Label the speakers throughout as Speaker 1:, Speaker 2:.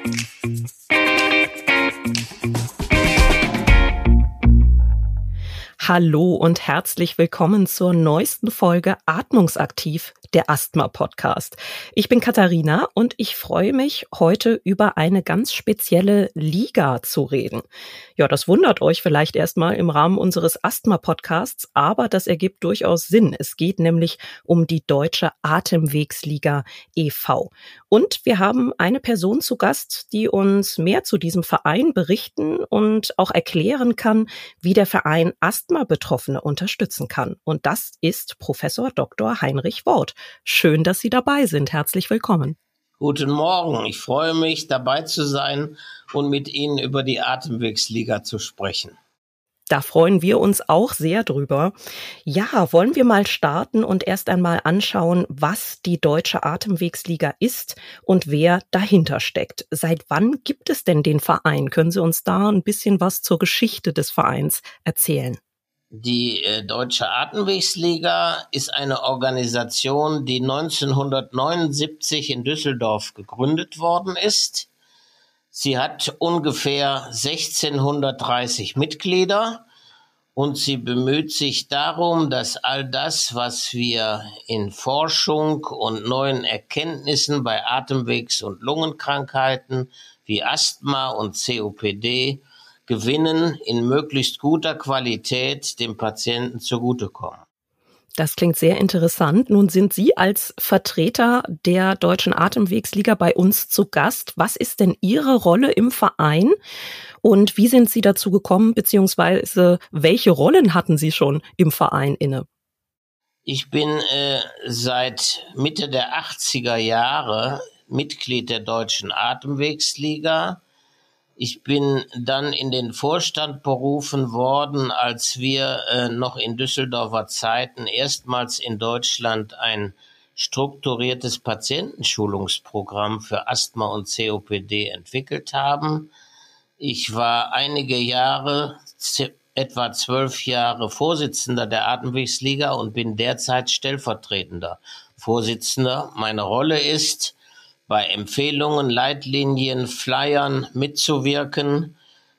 Speaker 1: Hallo und herzlich willkommen zur neuesten Folge Atmungsaktiv, der Asthma-Podcast. Ich bin Katharina und ich freue mich, heute über eine ganz spezielle Liga zu reden. Ja, das wundert euch vielleicht erstmal im Rahmen unseres Asthma-Podcasts, aber das ergibt durchaus Sinn. Es geht nämlich um die Deutsche Atemwegsliga e.V. Und wir haben eine Person zu Gast, die uns mehr zu diesem Verein berichten und auch erklären kann, wie der Verein Asthma-Betroffene unterstützen kann. Und das ist Professor Dr. Heinrich Worth. Schön, dass Sie dabei sind. Herzlich willkommen.
Speaker 2: Guten Morgen. Ich freue mich, dabei zu sein und mit Ihnen über die Atemwegsliga zu sprechen.
Speaker 1: Da freuen wir uns auch sehr drüber. Ja, wollen wir mal starten und erst einmal anschauen, was die Deutsche Atemwegsliga ist und wer dahinter steckt. Seit wann gibt es denn den Verein? Können Sie uns da ein bisschen was zur Geschichte des Vereins erzählen?
Speaker 2: Die Deutsche Atemwegsliga ist eine Organisation, die 1979 in Düsseldorf gegründet worden ist. Sie hat ungefähr 1630 Mitglieder und sie bemüht sich darum, dass all das, was wir in Forschung und neuen Erkenntnissen bei Atemwegs- und Lungenkrankheiten wie Asthma und COPD gewinnen, in möglichst guter Qualität dem Patienten zugutekommen.
Speaker 1: Das klingt sehr interessant. Nun sind Sie als Vertreter der Deutschen Atemwegsliga bei uns zu Gast. Was ist denn Ihre Rolle im Verein und wie sind Sie dazu gekommen, beziehungsweise welche Rollen hatten Sie schon im Verein inne?
Speaker 2: Ich bin seit Mitte der 80er Jahre Mitglied der Deutschen Atemwegsliga. Ich bin dann in den Vorstand berufen worden, als wir noch in Düsseldorfer Zeiten erstmals in Deutschland ein strukturiertes Patientenschulungsprogramm für Asthma und COPD entwickelt haben. Ich war einige Jahre, etwa 12 Jahre Vorsitzender der Atemwegsliga und bin derzeit stellvertretender Vorsitzender. Meine Rolle ist, bei Empfehlungen, Leitlinien, Flyern mitzuwirken,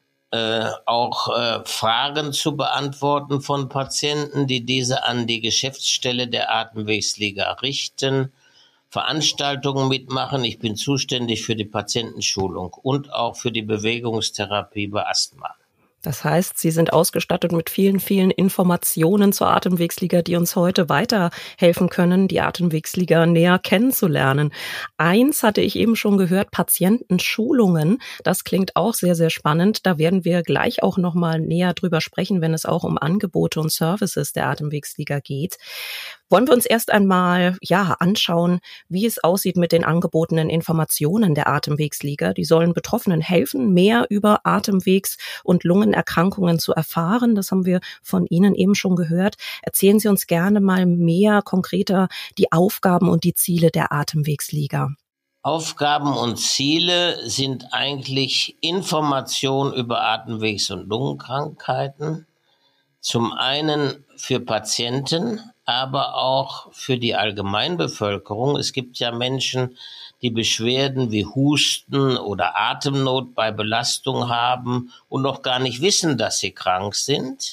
Speaker 2: auch Fragen zu beantworten von Patienten, die diese an die Geschäftsstelle der Atemwegsliga richten, Veranstaltungen mitmachen. Ich bin zuständig für die Patientenschulung und auch für die Bewegungstherapie bei Asthma.
Speaker 1: Das heißt, Sie sind ausgestattet mit vielen, vielen Informationen zur Atemwegsliga, die uns heute weiterhelfen können, die Atemwegsliga näher kennenzulernen. Eins hatte ich eben schon gehört, Patientenschulungen. Das klingt auch sehr, sehr spannend. Da werden wir gleich auch nochmal näher drüber sprechen, wenn es auch um Angebote und Services der Atemwegsliga geht. Wollen wir uns erst einmal anschauen, wie es aussieht mit den angebotenen Informationen der Atemwegsliga. Die sollen Betroffenen helfen, mehr über Atemwegs- und Lungenerkrankungen zu erfahren. Das haben wir von Ihnen eben schon gehört. Erzählen Sie uns gerne mal mehr konkreter die Aufgaben und die Ziele der Atemwegsliga.
Speaker 2: Aufgaben und Ziele sind eigentlich Information über Atemwegs- und Lungenkrankheiten. Zum einen für Patienten, aber auch für die Allgemeinbevölkerung. Es gibt ja Menschen, die Beschwerden wie Husten oder Atemnot bei Belastung haben und noch gar nicht wissen, dass sie krank sind.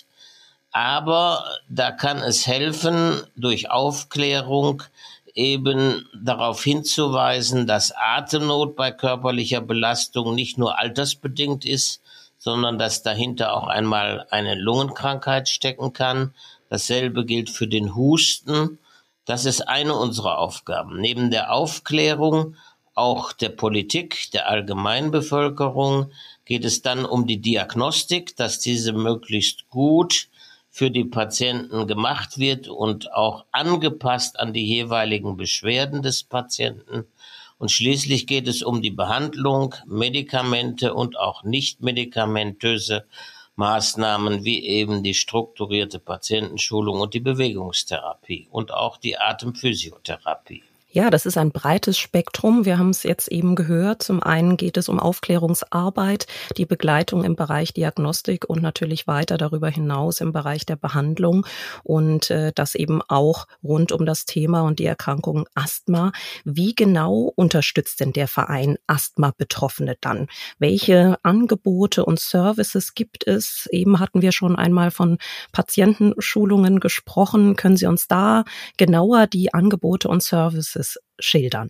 Speaker 2: Aber da kann es helfen, durch Aufklärung eben darauf hinzuweisen, dass Atemnot bei körperlicher Belastung nicht nur altersbedingt ist, sondern dass dahinter auch einmal eine Lungenkrankheit stecken kann. Dasselbe gilt für den Husten. Das ist eine unserer Aufgaben. Neben der Aufklärung auch der Politik, der Allgemeinbevölkerung geht es dann um die Diagnostik, dass diese möglichst gut für die Patienten gemacht wird und auch angepasst an die jeweiligen Beschwerden des Patienten. Und schließlich geht es um die Behandlung, Medikamente und auch nicht medikamentöse Maßnahmen wie eben die strukturierte Patientenschulung und die Bewegungstherapie und auch die Atemphysiotherapie.
Speaker 1: Ja, das ist ein breites Spektrum. Wir haben es jetzt eben gehört. Zum einen geht es um Aufklärungsarbeit, die Begleitung im Bereich Diagnostik und natürlich weiter darüber hinaus im Bereich der Behandlung und das eben auch rund um das Thema und die Erkrankung Asthma. Wie genau unterstützt denn der Verein Asthma-Betroffene dann? Welche Angebote und Services gibt es? Eben hatten wir schon einmal von Patientenschulungen gesprochen. Können Sie uns da genauer die Angebote und Services schildern?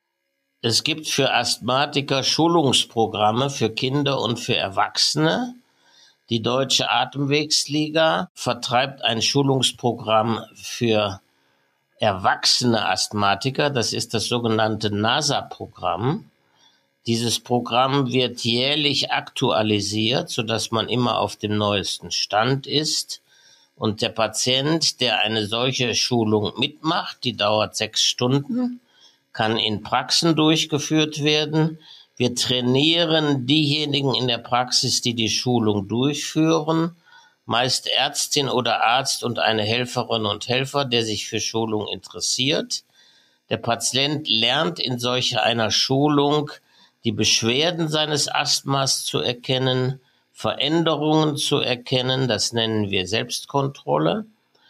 Speaker 2: Es gibt für Asthmatiker Schulungsprogramme für Kinder und für Erwachsene. Die Deutsche Atemwegsliga vertreibt ein Schulungsprogramm für erwachsene Asthmatiker. Das ist das sogenannte NASA-Programm. Dieses Programm wird jährlich aktualisiert, sodass man immer auf dem neuesten Stand ist. Und der Patient, der eine solche Schulung mitmacht, die dauert 6 Stunden, kann in Praxen durchgeführt werden. Wir trainieren diejenigen in der Praxis, die die Schulung durchführen, meist Ärztin oder Arzt und eine Helferin und Helfer, der sich für Schulung interessiert. Der Patient lernt in solch einer Schulung, die Beschwerden seines Asthmas zu erkennen, Veränderungen zu erkennen, das nennen wir Selbstkontrolle.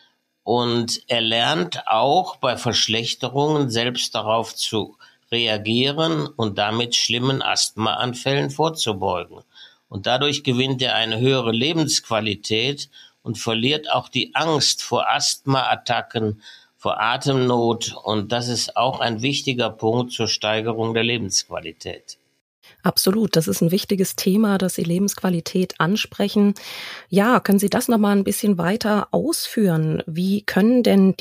Speaker 2: Und er lernt auch bei Verschlechterungen selbst darauf zu reagieren und damit schlimmen Asthmaanfällen vorzubeugen. Und dadurch gewinnt er eine höhere Lebensqualität und verliert auch die Angst vor Asthmaattacken, vor Atemnot. Und das ist auch ein wichtiger Punkt zur Steigerung der Lebensqualität.
Speaker 1: Absolut, das ist ein wichtiges Thema, dass Sie Lebensqualität ansprechen. Ja, können Sie das noch mal 'n bisschen weiter ausführen? Wie können denn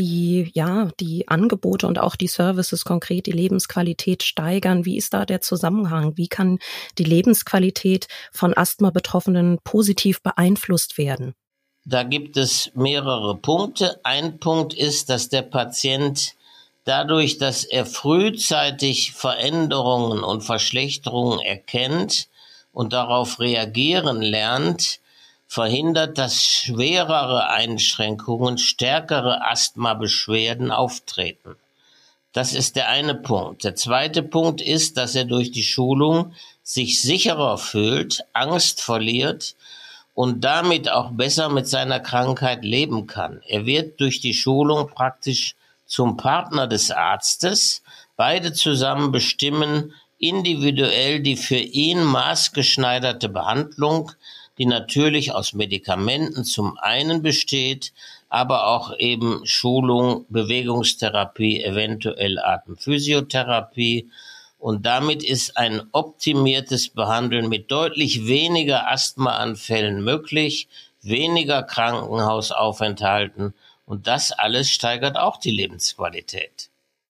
Speaker 1: die Angebote und auch die Services konkret die Lebensqualität steigern? Wie ist da der Zusammenhang? Wie kann die Lebensqualität von Asthma-Betroffenen positiv beeinflusst werden?
Speaker 2: Da gibt es mehrere Punkte. Ein Punkt ist, dass der Patient dadurch, dass er frühzeitig Veränderungen und Verschlechterungen erkennt und darauf reagieren lernt, verhindert, dass schwerere Einschränkungen, stärkere Asthmabeschwerden auftreten. Das ist der eine Punkt. Der zweite Punkt ist, dass er durch die Schulung sich sicherer fühlt, Angst verliert und damit auch besser mit seiner Krankheit leben kann. Er wird durch die Schulung praktisch zum Partner des Arztes. Beide zusammen bestimmen individuell die für ihn maßgeschneiderte Behandlung, die natürlich aus Medikamenten zum einen besteht, aber auch eben Schulung, Bewegungstherapie, eventuell Atemphysiotherapie. Und damit ist ein optimiertes Behandeln mit deutlich weniger Asthmaanfällen möglich, weniger Krankenhausaufenthalten. Und das alles steigert auch die Lebensqualität.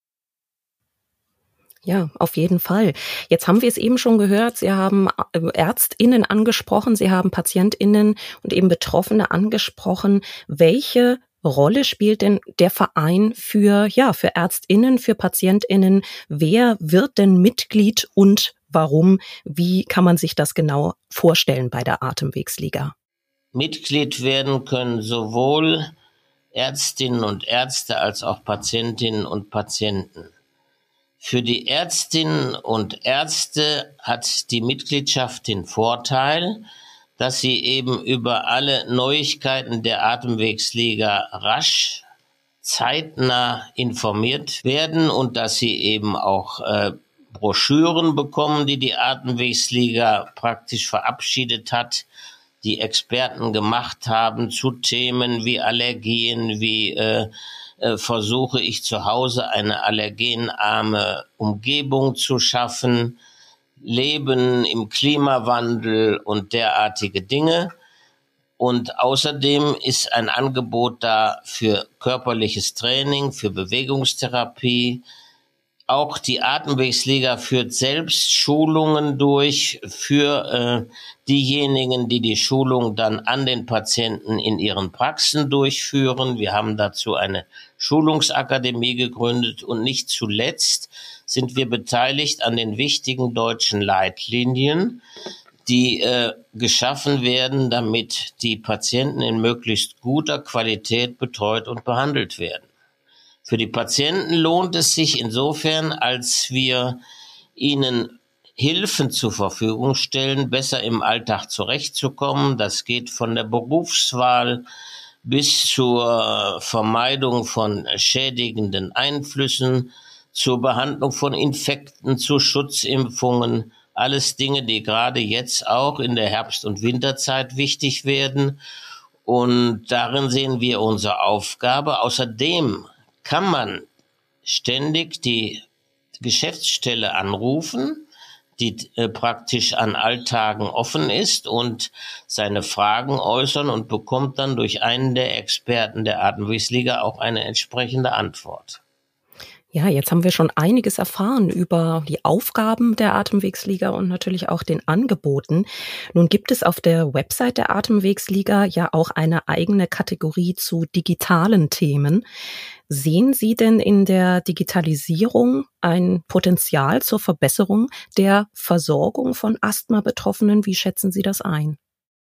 Speaker 1: Ja, auf jeden Fall. Jetzt haben wir es eben schon gehört, Sie haben ÄrztInnen angesprochen, Sie haben PatientInnen und eben Betroffene angesprochen. Welche Rolle spielt denn der Verein für ÄrztInnen, für PatientInnen? Wer wird denn Mitglied und warum? Wie kann man sich das genau vorstellen bei der Atemwegsliga?
Speaker 2: Mitglied werden können sowohl Ärztinnen und Ärzte als auch Patientinnen und Patienten. Für die Ärztinnen und Ärzte hat die Mitgliedschaft den Vorteil, dass sie eben über alle Neuigkeiten der Atemwegsliga rasch, zeitnah informiert werden und dass sie eben auch Broschüren bekommen, die die Atemwegsliga praktisch verabschiedet hat, die Experten gemacht haben zu Themen wie Allergien, wie versuche ich zu Hause eine allergenarme Umgebung zu schaffen, Leben im Klimawandel und derartige Dinge. Und außerdem ist ein Angebot da für körperliches Training, für Bewegungstherapie. Auch die Atemwegsliga führt selbst Schulungen durch für diejenigen, die die Schulung dann an den Patienten in ihren Praxen durchführen. Wir haben dazu eine Schulungsakademie gegründet und nicht zuletzt sind wir beteiligt an den wichtigen deutschen Leitlinien, die geschaffen werden, damit die Patienten in möglichst guter Qualität betreut und behandelt werden. Für die Patienten lohnt es sich insofern, als wir ihnen Hilfen zur Verfügung stellen, besser im Alltag zurechtzukommen. Das geht von der Berufswahl bis zur Vermeidung von schädigenden Einflüssen, zur Behandlung von Infekten, zu Schutzimpfungen. Alles Dinge, die gerade jetzt auch in der Herbst- und Winterzeit wichtig werden. Und darin sehen wir unsere Aufgabe. Außerdem kann man ständig die Geschäftsstelle anrufen, die praktisch an Alltagen offen ist, und seine Fragen äußern und bekommt dann durch einen der Experten der Atemwegsliga auch eine entsprechende Antwort.
Speaker 1: Ja, jetzt haben wir schon einiges erfahren über die Aufgaben der Atemwegsliga und natürlich auch den Angeboten. Nun gibt es auf der Website der Atemwegsliga ja auch eine eigene Kategorie zu digitalen Themen. Sehen Sie denn in der Digitalisierung ein Potenzial zur Verbesserung der Versorgung von Asthma-Betroffenen? Wie schätzen Sie das ein?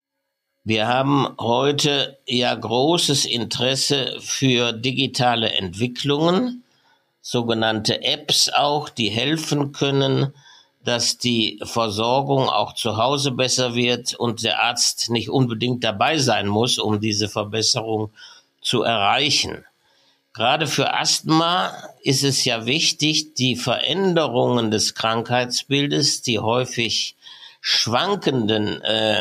Speaker 2: Wir haben heute ja großes Interesse für digitale Entwicklungen, sogenannte Apps auch, die helfen können, dass die Versorgung auch zu Hause besser wird und der Arzt nicht unbedingt dabei sein muss, um diese Verbesserung zu erreichen. Gerade für Asthma ist es ja wichtig, die Veränderungen des Krankheitsbildes, die häufig schwankenden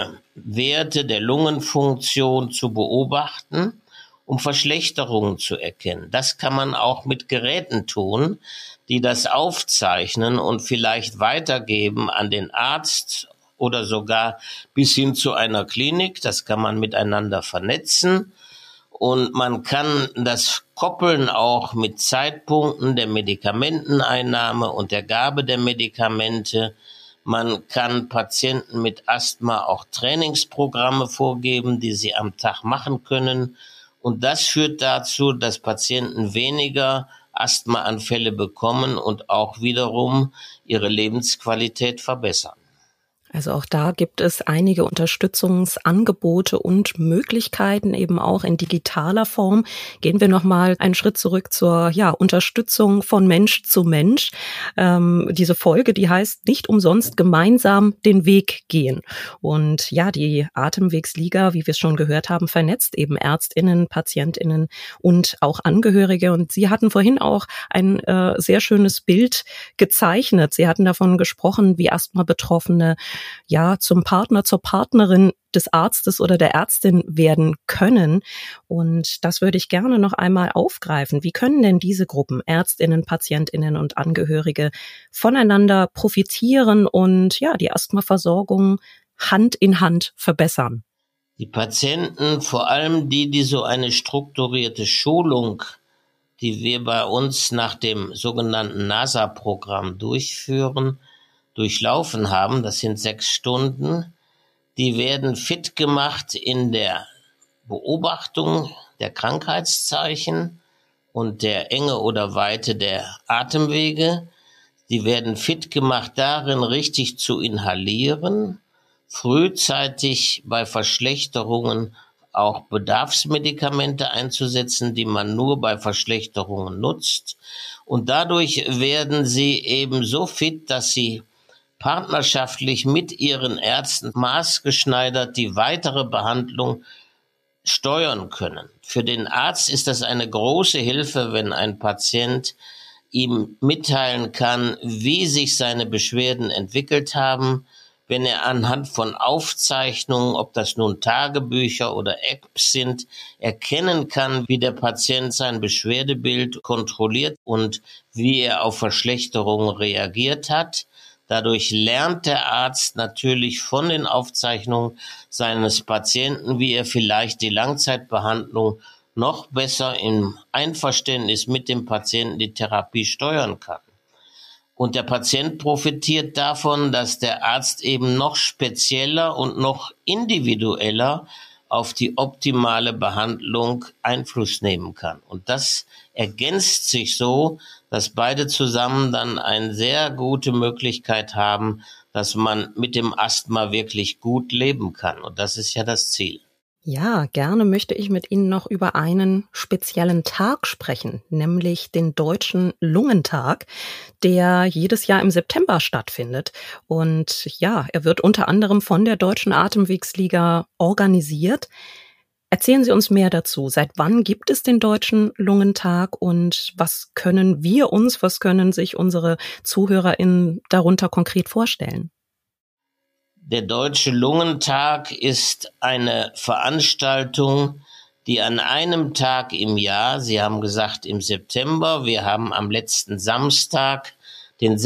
Speaker 2: Werte der Lungenfunktion zu beobachten, um Verschlechterungen zu erkennen. Das kann man auch mit Geräten tun, die das aufzeichnen und vielleicht weitergeben an den Arzt oder sogar bis hin zu einer Klinik. Das kann man miteinander vernetzen. Und man kann das koppeln auch mit Zeitpunkten der Medikamenteneinnahme und der Gabe der Medikamente. Man kann Patienten mit Asthma auch Trainingsprogramme vorgeben, die sie am Tag machen können. Und das führt dazu, dass Patienten weniger Asthmaanfälle bekommen und auch wiederum ihre Lebensqualität verbessern.
Speaker 1: Also auch da gibt es einige Unterstützungsangebote und Möglichkeiten, eben auch in digitaler Form. Gehen wir nochmal einen Schritt zurück zur Unterstützung von Mensch zu Mensch. Diese Folge, die heißt nicht umsonst gemeinsam den Weg gehen. Und ja, die Atemwegsliga, wie wir es schon gehört haben, vernetzt eben ÄrztInnen, PatientInnen und auch Angehörige. Und Sie hatten vorhin auch ein sehr schönes Bild gezeichnet. Sie hatten davon gesprochen, wie Asthma-Betroffene zum Partner, zur Partnerin des Arztes oder der Ärztin werden können. Und das würde ich gerne noch einmal aufgreifen. Wie können denn diese Gruppen, ÄrztInnen, PatientInnen und Angehörige, voneinander profitieren und die Asthmaversorgung Hand in Hand verbessern?
Speaker 2: Die Patienten, vor allem die so eine strukturierte Schulung, die wir bei uns nach dem sogenannten NASA-Programm durchlaufen haben, das sind 6 Stunden, die werden fit gemacht in der Beobachtung der Krankheitszeichen und der Enge oder Weite der Atemwege. Die werden fit gemacht darin, richtig zu inhalieren, frühzeitig bei Verschlechterungen auch Bedarfsmedikamente einzusetzen, die man nur bei Verschlechterungen nutzt. Und dadurch werden sie eben so fit, dass sie partnerschaftlich mit ihren Ärzten maßgeschneidert die weitere Behandlung steuern können. Für den Arzt ist das eine große Hilfe, wenn ein Patient ihm mitteilen kann, wie sich seine Beschwerden entwickelt haben, wenn er anhand von Aufzeichnungen, ob das nun Tagebücher oder Apps sind, erkennen kann, wie der Patient sein Beschwerdebild kontrolliert und wie er auf Verschlechterungen reagiert hat. Dadurch lernt der Arzt natürlich von den Aufzeichnungen seines Patienten, wie er vielleicht die Langzeitbehandlung noch besser im Einverständnis mit dem Patienten die Therapie steuern kann. Und der Patient profitiert davon, dass der Arzt eben noch spezieller und noch individueller auf die optimale Behandlung Einfluss nehmen kann. Und das ergänzt sich so, dass beide zusammen dann eine sehr gute Möglichkeit haben, dass man mit dem Asthma wirklich gut leben kann. Und das ist ja das Ziel.
Speaker 1: Ja, gerne möchte ich mit Ihnen noch über einen speziellen Tag sprechen, nämlich den Deutschen Lungentag, der jedes Jahr im September stattfindet. Und ja, er wird unter anderem von der Deutschen Atemwegsliga organisiert. Erzählen Sie uns mehr dazu. Seit wann gibt es den Deutschen Lungentag und was können sich unsere ZuhörerInnen darunter konkret vorstellen?
Speaker 2: Der Deutsche Lungentag ist eine Veranstaltung, die an einem Tag im Jahr, Sie haben gesagt im September, wir haben am letzten Samstag den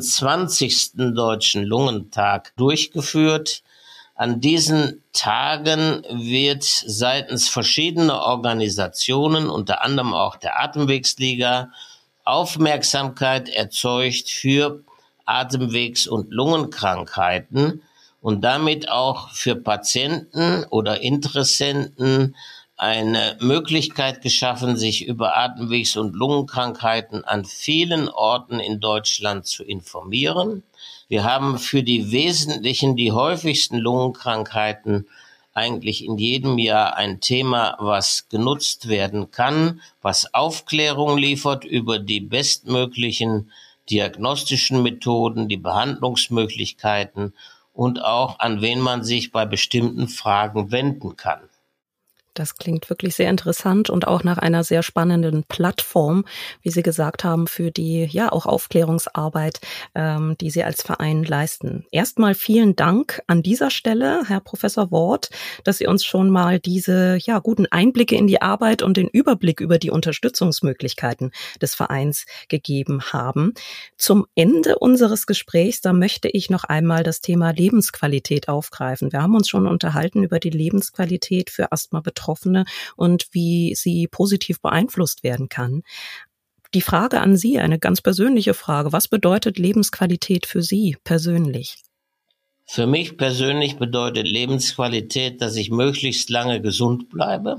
Speaker 2: 26. Deutschen Lungentag durchgeführt. An diesen Tagen wird seitens verschiedener Organisationen, unter anderem auch der Atemwegsliga, Aufmerksamkeit erzeugt für Atemwegs- und Lungenkrankheiten und damit auch für Patienten oder Interessenten eine Möglichkeit geschaffen, sich über Atemwegs- und Lungenkrankheiten an vielen Orten in Deutschland zu informieren. Wir haben für die häufigsten Lungenkrankheiten eigentlich in jedem Jahr ein Thema, was genutzt werden kann, was Aufklärung liefert über die bestmöglichen diagnostischen Methoden, die Behandlungsmöglichkeiten und auch an wen man sich bei bestimmten Fragen wenden kann.
Speaker 1: Das klingt wirklich sehr interessant und auch nach einer sehr spannenden Plattform, wie Sie gesagt haben, für die ja auch Aufklärungsarbeit, die Sie als Verein leisten. Erstmal vielen Dank an dieser Stelle, Herr Professor Worth, dass Sie uns schon mal diese ja guten Einblicke in die Arbeit und den Überblick über die Unterstützungsmöglichkeiten des Vereins gegeben haben. Zum Ende unseres Gesprächs, da möchte ich noch einmal das Thema Lebensqualität aufgreifen. Wir haben uns schon unterhalten über die Lebensqualität für Asthma-Betroffene und wie sie positiv beeinflusst werden kann. Die Frage an Sie, eine ganz persönliche Frage. Was bedeutet Lebensqualität für Sie persönlich?
Speaker 2: Für mich persönlich bedeutet Lebensqualität, dass ich möglichst lange gesund bleibe,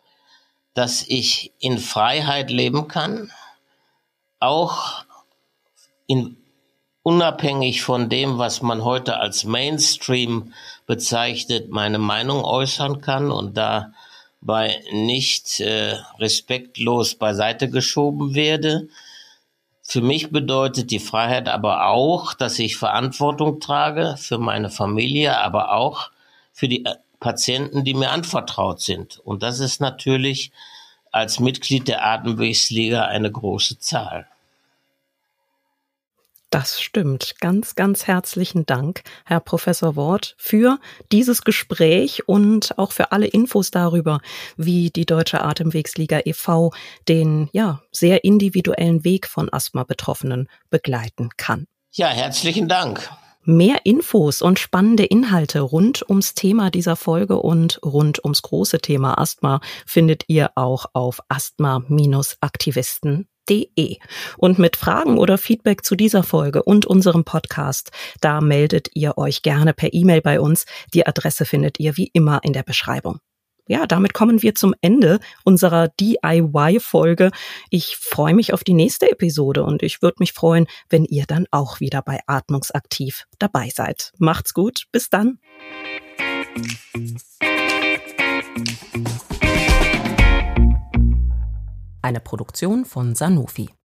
Speaker 2: dass ich in Freiheit leben kann, auch unabhängig von dem, was man heute als Mainstream bezeichnet, meine Meinung äußern kann und dabei nicht respektlos beiseite geschoben werde. Für mich bedeutet die Freiheit aber auch, dass ich Verantwortung trage für meine Familie, aber auch für die Patienten, die mir anvertraut sind. Und das ist natürlich als Mitglied der Atemwegsliga eine große Zahl.
Speaker 1: Das stimmt. Ganz, ganz herzlichen Dank, Herr Professor Worth, für dieses Gespräch und auch für alle Infos darüber, wie die Deutsche Atemwegsliga e.V. den sehr individuellen Weg von Asthma-Betroffenen begleiten kann.
Speaker 2: Ja, herzlichen Dank.
Speaker 1: Mehr Infos und spannende Inhalte rund ums Thema dieser Folge und rund ums große Thema Asthma findet ihr auch auf asthma-aktivisten.de. Und mit Fragen oder Feedback zu dieser Folge und unserem Podcast, da meldet ihr euch gerne per E-Mail bei uns. Die Adresse findet ihr wie immer in der Beschreibung. Ja, damit kommen wir zum Ende unserer DIY-Folge. Ich freue mich auf die nächste Episode und ich würde mich freuen, wenn ihr dann auch wieder bei Atmungsaktiv dabei seid. Macht's gut, bis dann. Eine Produktion von Sanofi.